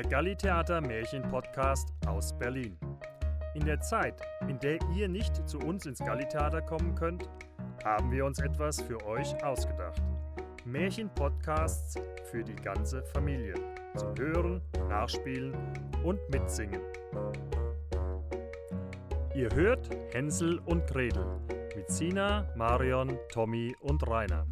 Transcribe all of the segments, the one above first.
Galli-Theater Märchen-Podcast aus Berlin. In der Zeit, in der ihr nicht zu uns ins Galli-Theater kommen könnt, haben wir uns etwas für euch ausgedacht. Märchen-Podcasts für die ganze Familie. Zum Hören, Nachspielen und Mitsingen. Ihr hört Hänsel und Gretel mit Sina, Marion, Tommy und Rainer.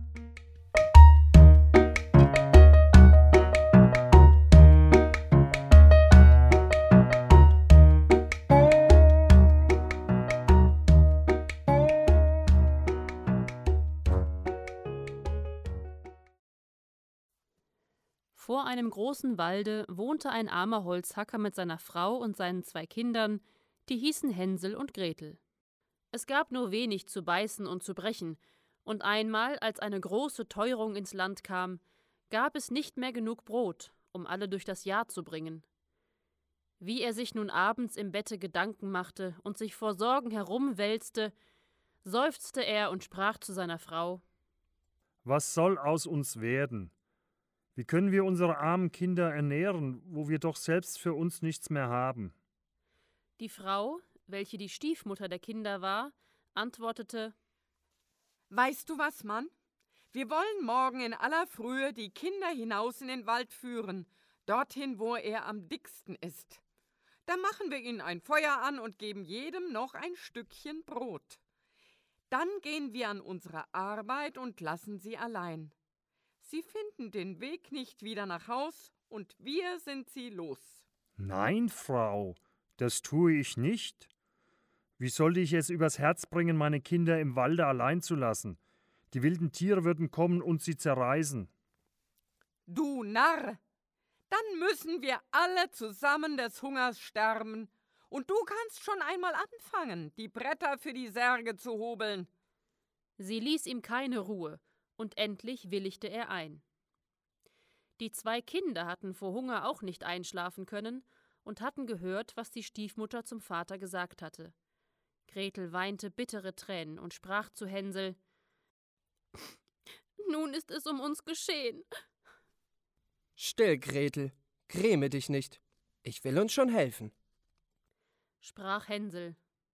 Vor einem großen Walde wohnte ein armer Holzhacker mit seiner Frau und seinen 2 Kindern, die hießen Hänsel und Gretel. Es gab nur wenig zu beißen und zu brechen, und einmal, als eine große Teuerung ins Land kam, gab es nicht mehr genug Brot, um alle durch das Jahr zu bringen. Wie er sich nun abends im Bette Gedanken machte und sich vor Sorgen herumwälzte, seufzte er und sprach zu seiner Frau: Was soll aus uns werden? Wie können wir unsere armen Kinder ernähren, wo wir doch selbst für uns nichts mehr haben? Die Frau, welche die Stiefmutter der Kinder war, antwortete: Weißt du was, Mann? Wir wollen morgen in aller Frühe die Kinder hinaus in den Wald führen, dorthin, wo er am dicksten ist. Da machen wir ihnen ein Feuer an und geben jedem noch ein Stückchen Brot. Dann gehen wir an unsere Arbeit und lassen sie allein. Sie finden den Weg nicht wieder nach Haus und wir sind sie los. Nein, Frau, das tue ich nicht. Wie sollte ich es übers Herz bringen, meine Kinder im Walde allein zu lassen? Die wilden Tiere würden kommen und sie zerreißen. Du Narr! Dann müssen wir alle zusammen des Hungers sterben. Und du kannst schon einmal anfangen, die Bretter für die Särge zu hobeln. Sie ließ ihm keine Ruhe, und endlich willigte er ein. Die 2 Kinder hatten vor Hunger auch nicht einschlafen können und hatten gehört, was die Stiefmutter zum Vater gesagt hatte. Gretel weinte bittere Tränen und sprach zu Hänsel: »Nun ist es um uns geschehen.« »Still, Gretel, gräme dich nicht. Ich will uns schon helfen«, sprach Hänsel.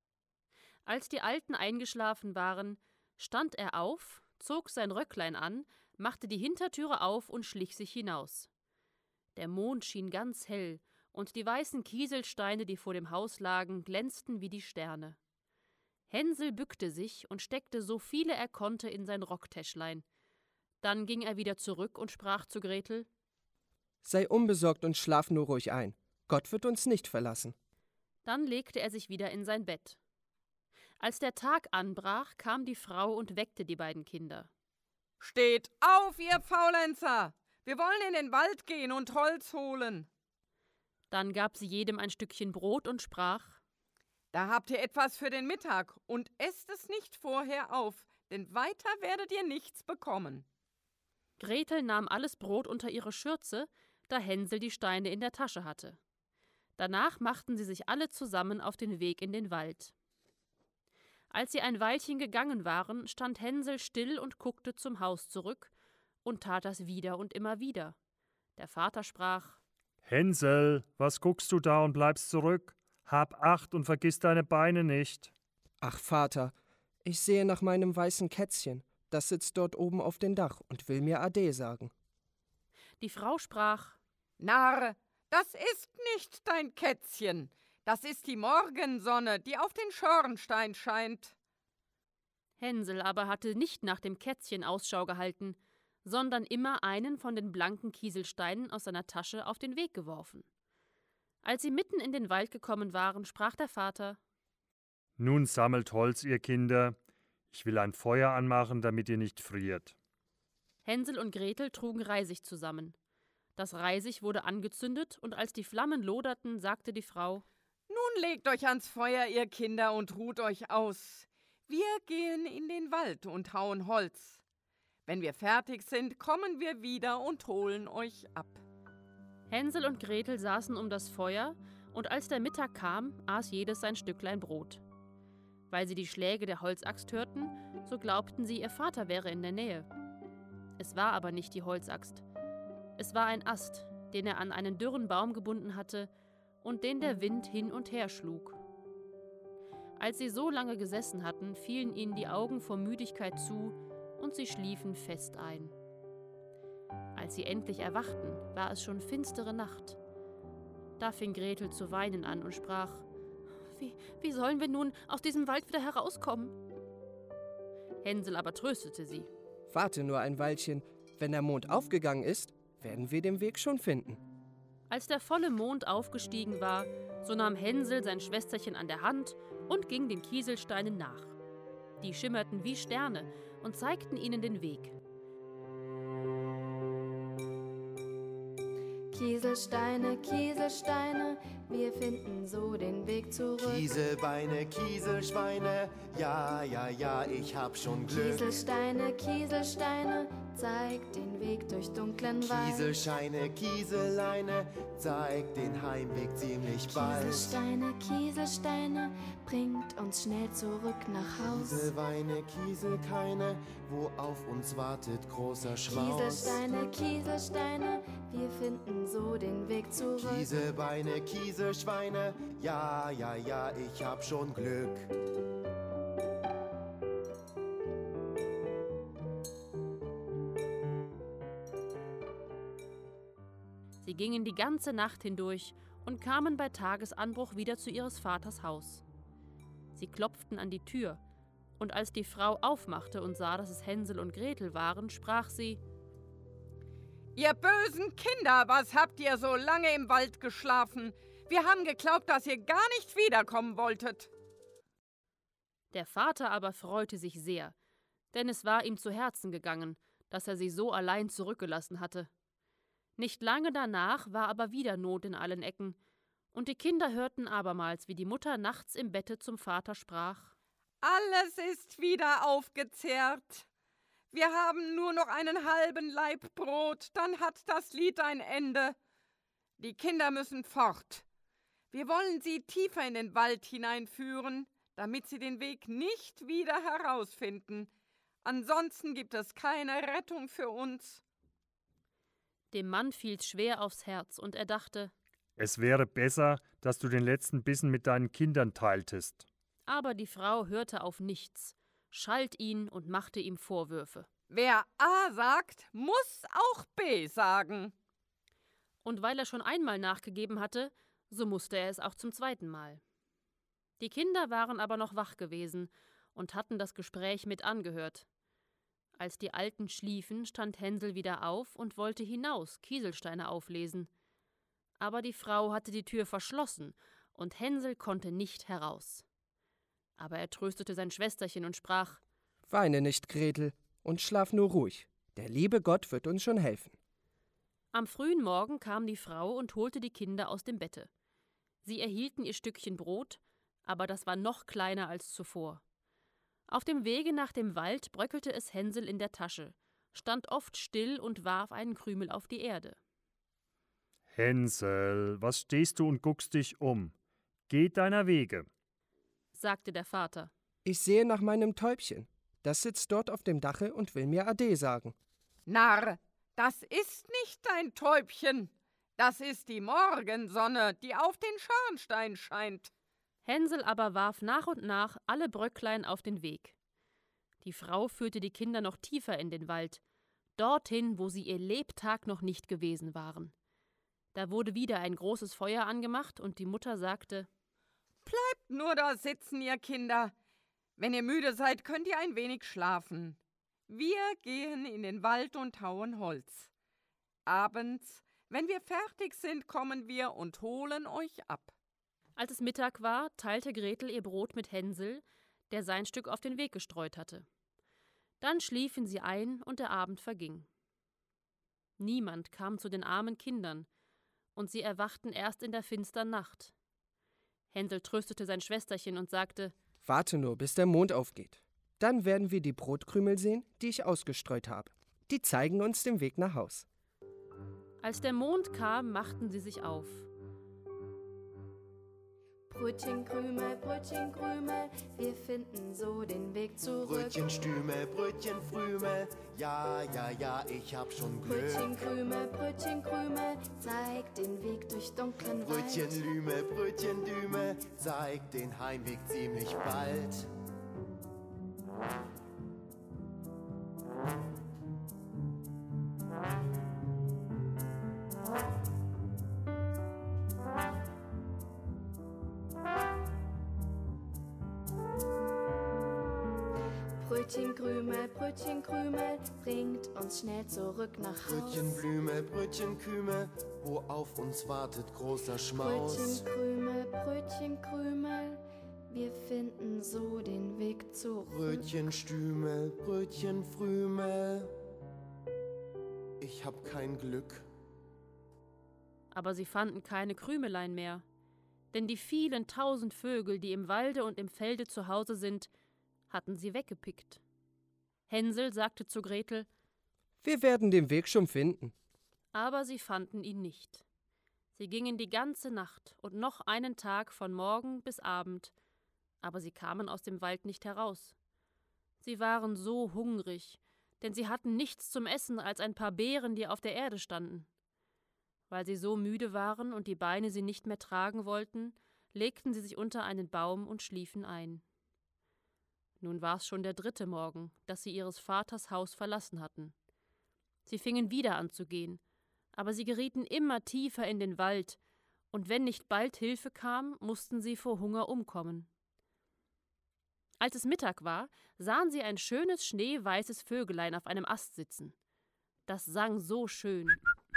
Als die Alten eingeschlafen waren, stand er auf, zog sein Röcklein an, machte die Hintertüre auf und schlich sich hinaus. Der Mond schien ganz hell, und die weißen Kieselsteine, die vor dem Haus lagen, glänzten wie die Sterne. Hänsel bückte sich und steckte so viele er konnte in sein Rocktäschlein. Dann ging er wieder zurück und sprach zu Gretel: »Sei unbesorgt und schlaf nur ruhig ein. Gott wird uns nicht verlassen.« Dann legte er sich wieder in sein Bett. Als der Tag anbrach, kam die Frau und weckte die beiden Kinder. »Steht auf, ihr Faulenzer! Wir wollen in den Wald gehen und Holz holen.« Dann gab sie jedem ein Stückchen Brot und sprach: »Da habt ihr etwas für den Mittag und esst es nicht vorher auf, denn weiter werdet ihr nichts bekommen.« Gretel nahm alles Brot unter ihre Schürze, da Hänsel die Steine in der Tasche hatte. Danach machten sie sich alle zusammen auf den Weg in den Wald. Als sie ein Weilchen gegangen waren, stand Hänsel still und guckte zum Haus zurück und tat das wieder und immer wieder. Der Vater sprach: Hänsel, was guckst du da und bleibst zurück? Hab Acht und vergiss deine Beine nicht. »Ach, Vater, ich sehe nach meinem weißen Kätzchen. Das sitzt dort oben auf dem Dach und will mir Ade sagen.« Die Frau sprach: »Narr, das ist nicht dein Kätzchen. Das ist die Morgensonne, die auf den Schornstein scheint.« Hänsel aber hatte nicht nach dem Kätzchen Ausschau gehalten, sondern immer einen von den blanken Kieselsteinen aus seiner Tasche auf den Weg geworfen. Als sie mitten in den Wald gekommen waren, sprach der Vater: Nun sammelt Holz, ihr Kinder. Ich will ein Feuer anmachen, damit ihr nicht friert. Hänsel und Gretel trugen Reisig zusammen. Das Reisig wurde angezündet, und als die Flammen loderten, sagte die Frau: »Nun legt euch ans Feuer, ihr Kinder, und ruht euch aus. Wir gehen in den Wald und hauen Holz. Wenn wir fertig sind, kommen wir wieder und holen euch ab.« Hänsel und Gretel saßen um das Feuer, und als der Mittag kam, aß jedes sein Stücklein Brot. Weil sie die Schläge der Holzaxt hörten, so glaubten sie, ihr Vater wäre in der Nähe. Es war aber nicht die Holzaxt. Es war ein Ast, den er an einen dürren Baum gebunden hatte und den der Wind hin und her schlug. Als sie so lange gesessen hatten, fielen ihnen die Augen vor Müdigkeit zu und sie schliefen fest ein. Als sie endlich erwachten, war es schon finstere Nacht. Da fing Gretel zu weinen an und sprach: Wie sollen wir nun aus diesem Wald wieder herauskommen? Hänsel aber tröstete sie. Warte nur ein Weilchen, wenn der Mond aufgegangen ist, werden wir den Weg schon finden. Als der volle Mond aufgestiegen war, so nahm Hänsel sein Schwesterchen an der Hand und ging den Kieselsteinen nach. Die schimmerten wie Sterne und zeigten ihnen den Weg. Kieselsteine, Kieselsteine, wir finden so den Weg zurück. Kieselbeine, Kieselschweine, ja, ja, ja, ich hab schon Glück. Kieselsteine, Kieselsteine, zeig den Weg durch dunklen Wald. Kieselscheine, Kieseleine, zeig den Heimweg ziemlich bald. Kieselsteine, Kieselsteine, bringt uns schnell zurück nach Haus. Kieselweine, Kieselkeine, wo auf uns wartet großer Schmaus. Kieselsteine, Kieselsteine, wir finden so den Weg zurück. Kieselbeine, Kieselschweine, ja, ja, ja, ich hab schon Glück. Sie gingen die ganze Nacht hindurch und kamen bei Tagesanbruch wieder zu ihres Vaters Haus. Sie klopften an die Tür, und als die Frau aufmachte und sah, dass es Hänsel und Gretel waren, sprach sie: Ihr bösen Kinder, was habt ihr so lange im Wald geschlafen? Wir haben geglaubt, dass ihr gar nicht wiederkommen wolltet. Der Vater aber freute sich sehr, denn es war ihm zu Herzen gegangen, dass er sie so allein zurückgelassen hatte. Nicht lange danach war aber wieder Not in allen Ecken, und die Kinder hörten abermals, wie die Mutter nachts im Bette zum Vater sprach: Alles ist wieder aufgezehrt. Wir haben nur noch einen halben Laib Brot, dann hat das Lied ein Ende. Die Kinder müssen fort. Wir wollen sie tiefer in den Wald hineinführen, damit sie den Weg nicht wieder herausfinden. Ansonsten gibt es keine Rettung für uns. Dem Mann fiel's schwer aufs Herz, und er dachte: Es wäre besser, dass du den letzten Bissen mit deinen Kindern teiltest. Aber die Frau hörte auf nichts, schalt ihn und machte ihm Vorwürfe. Wer A sagt, muss auch B sagen. Und weil er schon einmal nachgegeben hatte, so musste er es auch zum zweiten Mal. Die Kinder waren aber noch wach gewesen und hatten das Gespräch mit angehört. Als die Alten schliefen, stand Hänsel wieder auf und wollte hinaus Kieselsteine auflesen. Aber die Frau hatte die Tür verschlossen, und Hänsel konnte nicht heraus. Aber er tröstete sein Schwesterchen und sprach: Weine nicht, Gretel, und schlaf nur ruhig. Der liebe Gott wird uns schon helfen. Am frühen Morgen kam die Frau und holte die Kinder aus dem Bette. Sie erhielten ihr Stückchen Brot, aber das war noch kleiner als zuvor. Auf dem Wege nach dem Wald bröckelte es Hänsel in der Tasche, stand oft still und warf einen Krümel auf die Erde. Hänsel, was stehst du und guckst dich um? Geh deiner Wege, sagte der Vater. Ich sehe nach meinem Täubchen. Das sitzt dort auf dem Dache und will mir Ade sagen. Narr, das ist nicht dein Täubchen. Das ist die Morgensonne, die auf den Schornstein scheint. Hänsel aber warf nach und nach alle Bröcklein auf den Weg. Die Frau führte die Kinder noch tiefer in den Wald, dorthin, wo sie ihr Lebtag noch nicht gewesen waren. Da wurde wieder ein großes Feuer angemacht, und die Mutter sagte: Bleibt nur da sitzen, ihr Kinder. Wenn ihr müde seid, könnt ihr ein wenig schlafen. Wir gehen in den Wald und hauen Holz. Abends, wenn wir fertig sind, kommen wir und holen euch ab. Als es Mittag war, teilte Gretel ihr Brot mit Hänsel, der sein Stück auf den Weg gestreut hatte. Dann schliefen sie ein, und der Abend verging. Niemand kam zu den armen Kindern, und sie erwachten erst in der finstern Nacht. Hänsel tröstete sein Schwesterchen und sagte: Warte nur, bis der Mond aufgeht. Dann werden wir die Brotkrümel sehen, die ich ausgestreut habe. Die zeigen uns den Weg nach Haus. Als der Mond kam, machten sie sich auf. Brötchen, Krümel, wir finden so den Weg zurück. Brötchen, Stümel, Brötchen, Frümel, ja, ja, ja, ich hab schon Glück. Brötchen, Krümel, zeig den Weg durch dunklen Brötchen, Wald. Lümel, Brötchen, Dümel, zeig den Heimweg ziemlich bald. Brötchen, Krümel, bringt uns schnell zurück nach Haus. Brötchen, Blümel, Brötchen, Kümel, wo auf uns wartet großer Schmaus. Brötchen, Krümel, wir finden so den Weg zurück. Brötchen, Stümel, Brötchen, Frümel, ich hab kein Glück. Aber sie fanden keine Krümelein mehr, denn die vielen tausend Vögel, die im Walde und im Felde zu Hause sind, hatten sie weggepickt. Hänsel sagte zu Gretel: Wir werden den Weg schon finden. Aber sie fanden ihn nicht. Sie gingen die ganze Nacht und noch einen Tag von Morgen bis Abend, aber sie kamen aus dem Wald nicht heraus. Sie waren so hungrig, denn sie hatten nichts zum Essen als ein paar Beeren, die auf der Erde standen. Weil sie so müde waren und die Beine sie nicht mehr tragen wollten, legten sie sich unter einen Baum und schliefen ein. Nun war es schon der 3. Morgen, dass sie ihres Vaters Haus verlassen hatten. Sie fingen wieder an zu gehen, aber sie gerieten immer tiefer in den Wald, und wenn nicht bald Hilfe kam, mussten sie vor Hunger umkommen. Als es Mittag war, sahen sie ein schönes schneeweißes Vögelein auf einem Ast sitzen. Das sang so schön,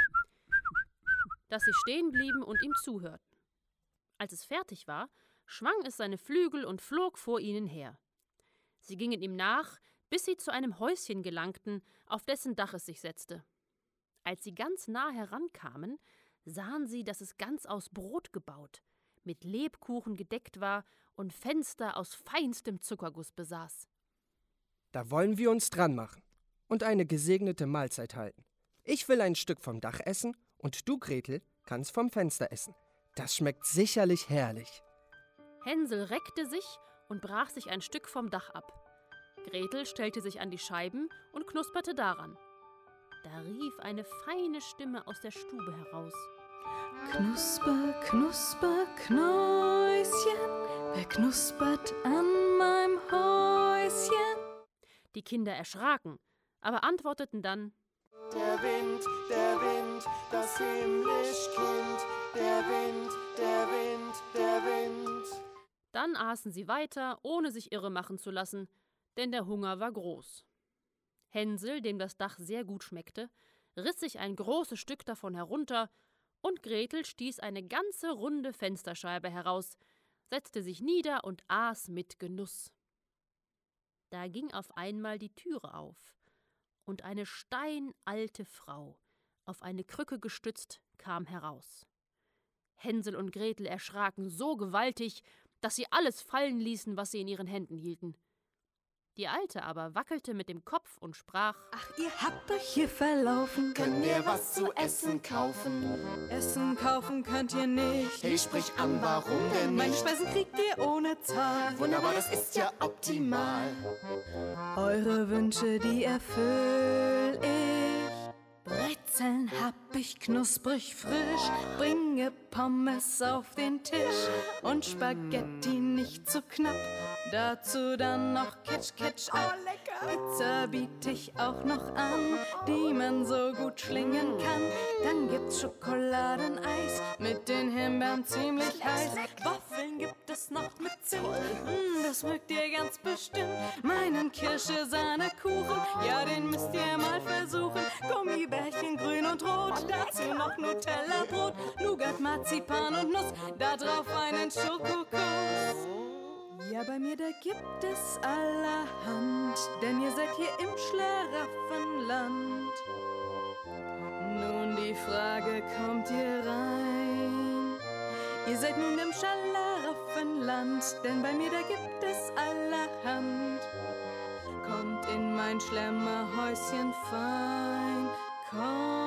dass sie stehen blieben und ihm zuhörten. Als es fertig war, schwang es seine Flügel und flog vor ihnen her. Sie gingen ihm nach, bis sie zu einem Häuschen gelangten, auf dessen Dach es sich setzte. Als sie ganz nah herankamen, sahen sie, dass es ganz aus Brot gebaut, mit Lebkuchen gedeckt war und Fenster aus feinstem Zuckerguss besaß. Da wollen wir uns dran machen und eine gesegnete Mahlzeit halten. Ich will ein Stück vom Dach essen und du, Gretel, kannst vom Fenster essen. Das schmeckt sicherlich herrlich. Hänsel reckte sich und brach sich ein Stück vom Dach ab. Gretel stellte sich an die Scheiben und knusperte daran. Da rief eine feine Stimme aus der Stube heraus: Knusper, knusper, Knäuschen, wer knuspert an meinem Häuschen? Die Kinder erschraken, aber antworteten dann: Der Wind, das Himmlischkind, der Wind, der Wind, der Wind. Dann aßen sie weiter, ohne sich irre machen zu lassen, denn der Hunger war groß. Hänsel, dem das Dach sehr gut schmeckte, riss sich ein großes Stück davon herunter, und Gretel stieß eine ganze runde Fensterscheibe heraus, setzte sich nieder und aß mit Genuss. Da ging auf einmal die Türe auf, und eine steinalte Frau, auf eine Krücke gestützt, kam heraus. Hänsel und Gretel erschraken so gewaltig, dass sie alles fallen ließen, was sie in ihren Händen hielten. Die Alte aber wackelte mit dem Kopf und sprach: Ach, ihr habt euch hier verlaufen. Können wir was zu essen kaufen? Essen kaufen könnt ihr nicht. Hey, sprich an, warum denn Meine nicht? Speisen kriegt ihr ohne Zahl. Wunderbar, das ist ja optimal. Eure Wünsche, die erfüll ich. Brezeln hab ich knusprig frisch, bringe Pommes auf den Tisch und Spaghetti nicht zu knapp. Dazu dann noch Ketch, Ketch, oh lecker. Pizza biete ich auch noch an, die man so gut schlingen kann. Dann gibt's Schokoladeneis mit den Himbeeren ziemlich heiß. Waffeln gibt es noch mit Zimt, das mögt ihr ganz bestimmt. Meinen Kirsche-Sahne-Kuchen, ja, den müsst ihr mal versuchen. Gummibärchen grün und rot, dazu noch Nutella-Brot, Nougat, Marzipan und Nuss, da drauf einen Schokokuss. Ja, bei mir, da gibt es allerhand, denn ihr seid hier im Schlaraffenland. Nun die Frage, kommt ihr rein? Ihr seid nun im Schlaraffenland, denn bei mir, da gibt es allerhand. Kommt in mein Schlemmerhäuschen fein,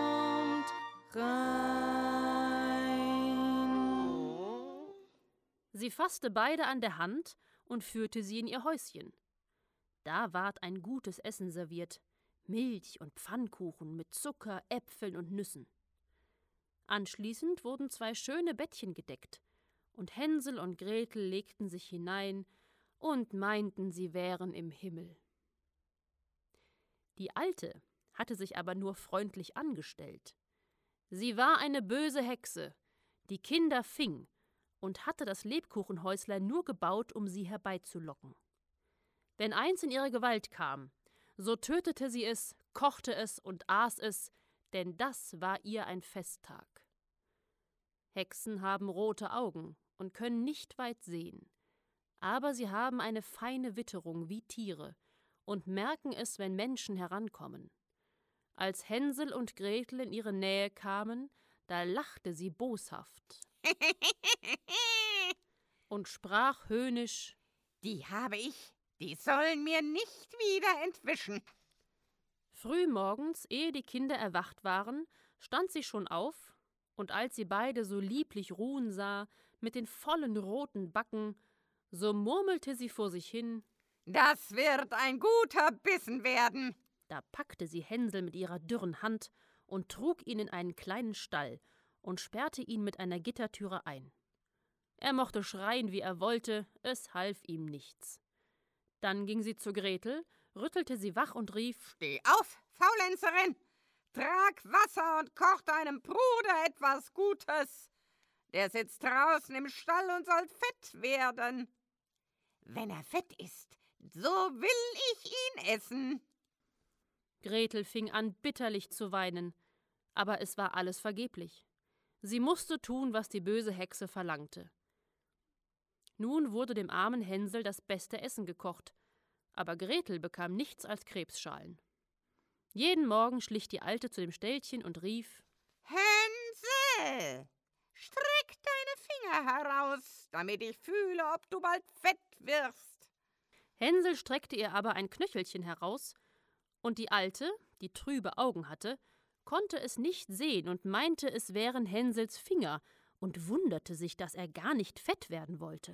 kommt rein. Sie fasste beide an der Hand und führte sie in ihr Häuschen. Da ward ein gutes Essen serviert, Milch und Pfannkuchen mit Zucker, Äpfeln und Nüssen. Anschließend wurden 2 schöne Bettchen gedeckt, und Hänsel und Gretel legten sich hinein und meinten, sie wären im Himmel. Die Alte hatte sich aber nur freundlich angestellt. Sie war eine böse Hexe, die Kinder fing und hatte das Lebkuchenhäuslein nur gebaut, um sie herbeizulocken. Wenn eins in ihre Gewalt kam, so tötete sie es, kochte es und aß es, denn das war ihr ein Festtag. Hexen haben rote Augen und können nicht weit sehen, aber sie haben eine feine Witterung wie Tiere und merken es, wenn Menschen herankommen. Als Hänsel und Gretel in ihre Nähe kamen, da lachte sie boshaft und sprach höhnisch: Die habe ich, die sollen mir nicht wieder entwischen. Frühmorgens, ehe die Kinder erwacht waren, stand sie schon auf, und als sie beide so lieblich ruhen sah, mit den vollen roten Backen, so murmelte sie vor sich hin: Das wird ein guter Bissen werden. Da packte sie Hänsel mit ihrer dürren Hand und trug ihn in einen kleinen Stall und sperrte ihn mit einer Gittertüre ein. Er mochte schreien, wie er wollte, es half ihm nichts. Dann ging sie zu Gretel, rüttelte sie wach und rief: Steh auf, Faulenzerin! Trag Wasser und koch deinem Bruder etwas Gutes. Der sitzt draußen im Stall und soll fett werden. Wenn er fett ist, so will ich ihn essen. Gretel fing an, bitterlich zu weinen, aber es war alles vergeblich. Sie musste tun, was die böse Hexe verlangte. Nun wurde dem armen Hänsel das beste Essen gekocht, aber Gretel bekam nichts als Krebsschalen. Jeden Morgen schlich die Alte zu dem Ställchen und rief: Hänsel, streck deine Finger heraus, damit ich fühle, ob du bald fett wirst. Hänsel streckte ihr aber ein Knöchelchen heraus, und die Alte, die trübe Augen hatte, konnte es nicht sehen und meinte, es wären Hänsels Finger und wunderte sich, dass er gar nicht fett werden wollte.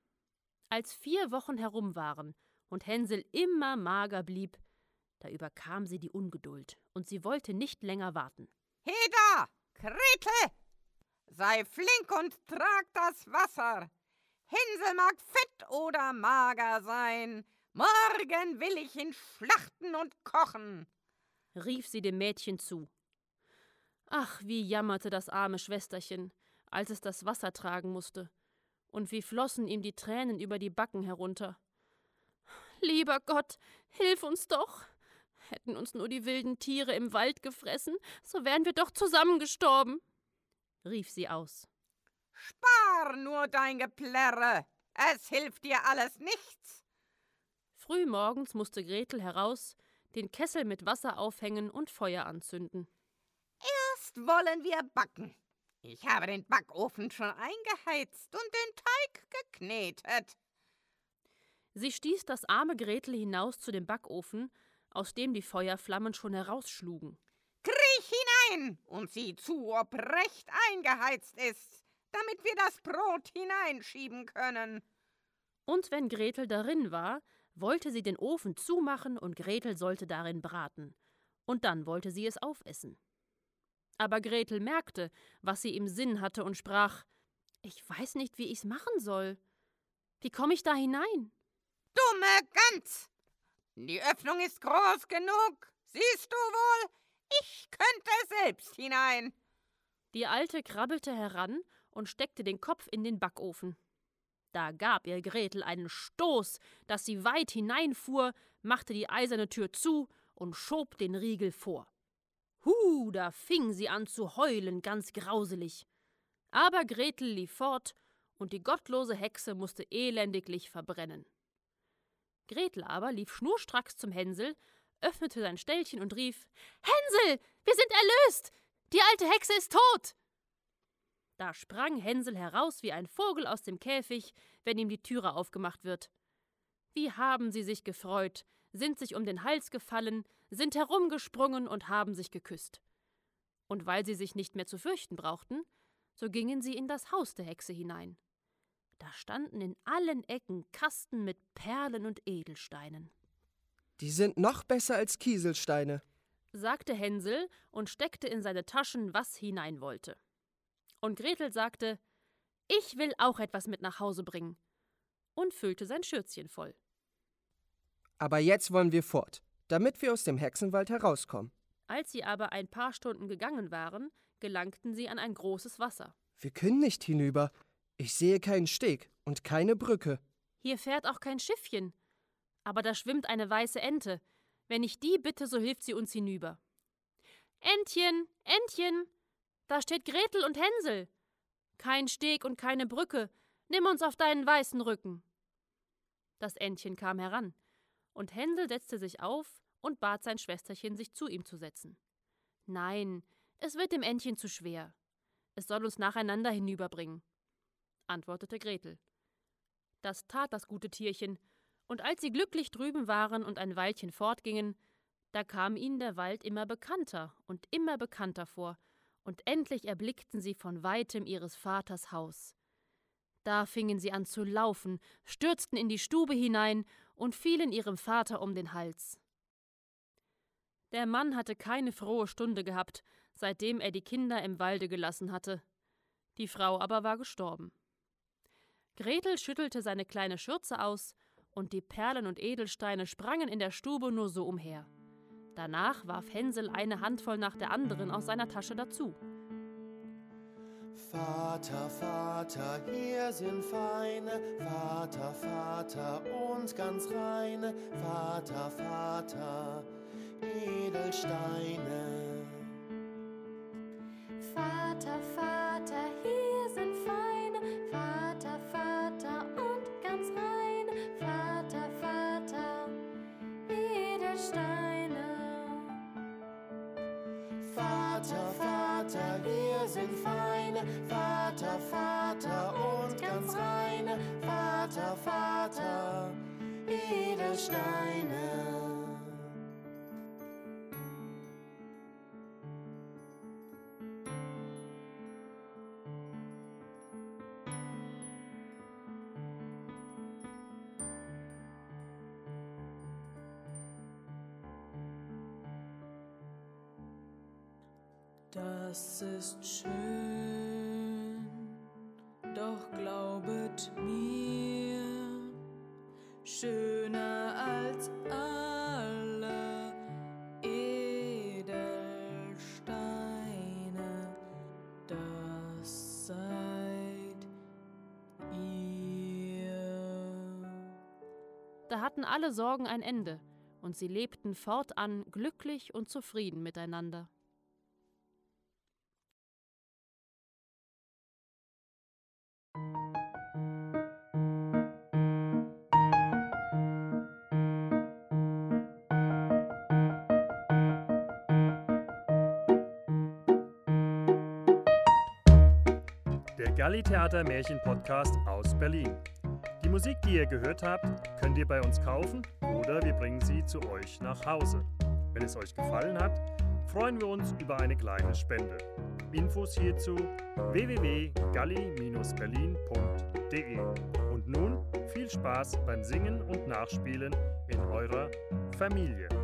Als 4 Wochen herum waren und Hänsel immer mager blieb, da überkam sie die Ungeduld und sie wollte nicht länger warten. Heda, Gretel, sei flink und trag das Wasser. Hänsel mag fett oder mager sein. Morgen will ich ihn schlachten und kochen, rief sie dem Mädchen zu. Ach, wie jammerte das arme Schwesterchen, als es das Wasser tragen musste, und wie flossen ihm die Tränen über die Backen herunter. Lieber Gott, hilf uns doch! Hätten uns nur die wilden Tiere im Wald gefressen, so wären wir doch zusammengestorben, rief sie aus. Spar nur dein Geplärre, es hilft dir alles nichts. Frühmorgens musste Gretel heraus, den Kessel mit Wasser aufhängen und Feuer anzünden. Erst wollen wir backen. Ich habe den Backofen schon eingeheizt und den Teig geknetet. Sie stieß das arme Gretel hinaus zu dem Backofen, aus dem die Feuerflammen schon herausschlugen. Kriech hinein und sieh zu, ob recht eingeheizt ist, damit wir das Brot hineinschieben können. Und wenn Gretel darin war, wollte sie den Ofen zumachen und Gretel sollte darin braten. Und dann wollte sie es aufessen. Aber Gretel merkte, was sie im Sinn hatte und sprach: Ich weiß nicht, wie ich's machen soll. Wie komme ich da hinein? Dumme Gans! Die Öffnung ist groß genug. Siehst du wohl? Ich könnte selbst hinein. Die Alte krabbelte heran und steckte den Kopf in den Backofen. Da gab ihr Gretel einen Stoß, dass sie weit hineinfuhr, machte die eiserne Tür zu und schob den Riegel vor. Da fing sie an zu heulen, ganz grauselig. Aber Gretel lief fort, und die gottlose Hexe musste elendiglich verbrennen. Gretel aber lief schnurstracks zum Hänsel, öffnete sein Ställchen und rief: Hänsel, wir sind erlöst! Die alte Hexe ist tot! Da sprang Hänsel heraus wie ein Vogel aus dem Käfig, wenn ihm die Türe aufgemacht wird. Wie haben sie sich gefreut, sind sich um den Hals gefallen, sind herumgesprungen und haben sich geküsst. Und weil sie sich nicht mehr zu fürchten brauchten, so gingen sie in das Haus der Hexe hinein. Da standen in allen Ecken Kasten mit Perlen und Edelsteinen. Die sind noch besser als Kieselsteine, sagte Hänsel und steckte in seine Taschen, was hinein wollte. Und Gretel sagte, ich will auch etwas mit nach Hause bringen, und füllte sein Schürzchen voll. Aber jetzt wollen wir fort, damit wir aus dem Hexenwald herauskommen. Als sie aber ein paar Stunden gegangen waren, gelangten sie an ein großes Wasser. Wir können nicht hinüber. Ich sehe keinen Steg und keine Brücke. Hier fährt auch kein Schiffchen. Aber da schwimmt eine weiße Ente. Wenn ich die bitte, so hilft sie uns hinüber. Entchen, Entchen, da steht Gretel und Hänsel. Kein Steg und keine Brücke, nimm uns auf deinen weißen Rücken. Das Entchen kam heran, und Hänsel setzte sich auf und bat sein Schwesterchen, sich zu ihm zu setzen. Nein, es wird dem Entchen zu schwer. Es soll uns nacheinander hinüberbringen, antwortete Gretel. Das tat das gute Tierchen, und als sie glücklich drüben waren und ein Weilchen fortgingen, da kam ihnen der Wald immer bekannter vor, und endlich erblickten sie von weitem ihres Vaters Haus. Da fingen sie an zu laufen, stürzten in die Stube hinein und fielen ihrem Vater um den Hals. Der Mann hatte keine frohe Stunde gehabt, seitdem er die Kinder im Walde gelassen hatte. Die Frau aber war gestorben. Gretel schüttelte seine kleine Schürze aus, und die Perlen und Edelsteine sprangen in der Stube nur so umher. Danach warf Hänsel eine Handvoll nach der anderen aus seiner Tasche dazu. Vater, Vater, hier sind Feine, Vater, Vater, und ganz reine, Vater, Vater, Edelsteine. Vater, Vater, hier sind Feine, Vater, Vater, und ganz reine, Vater, Vater, Edelsteine. Vater, Vater, hier sind Feine, Vater, Vater, und ganz reine, Vater, Vater, Edelsteine. Das ist schön, doch glaubet mir, schöner als alle Edelsteine, das seid ihr. Da hatten alle Sorgen ein Ende, und sie lebten fortan glücklich und zufrieden miteinander. Der Galli-Theater Märchen-Podcast aus Berlin. Die Musik, die ihr gehört habt, könnt ihr bei uns kaufen oder wir bringen sie zu euch nach Hause. Wenn es euch gefallen hat, freuen wir uns über eine kleine Spende. Infos hierzu www.galli-berlin.de. Und nun viel Spaß beim Singen und Nachspielen in eurer Familie.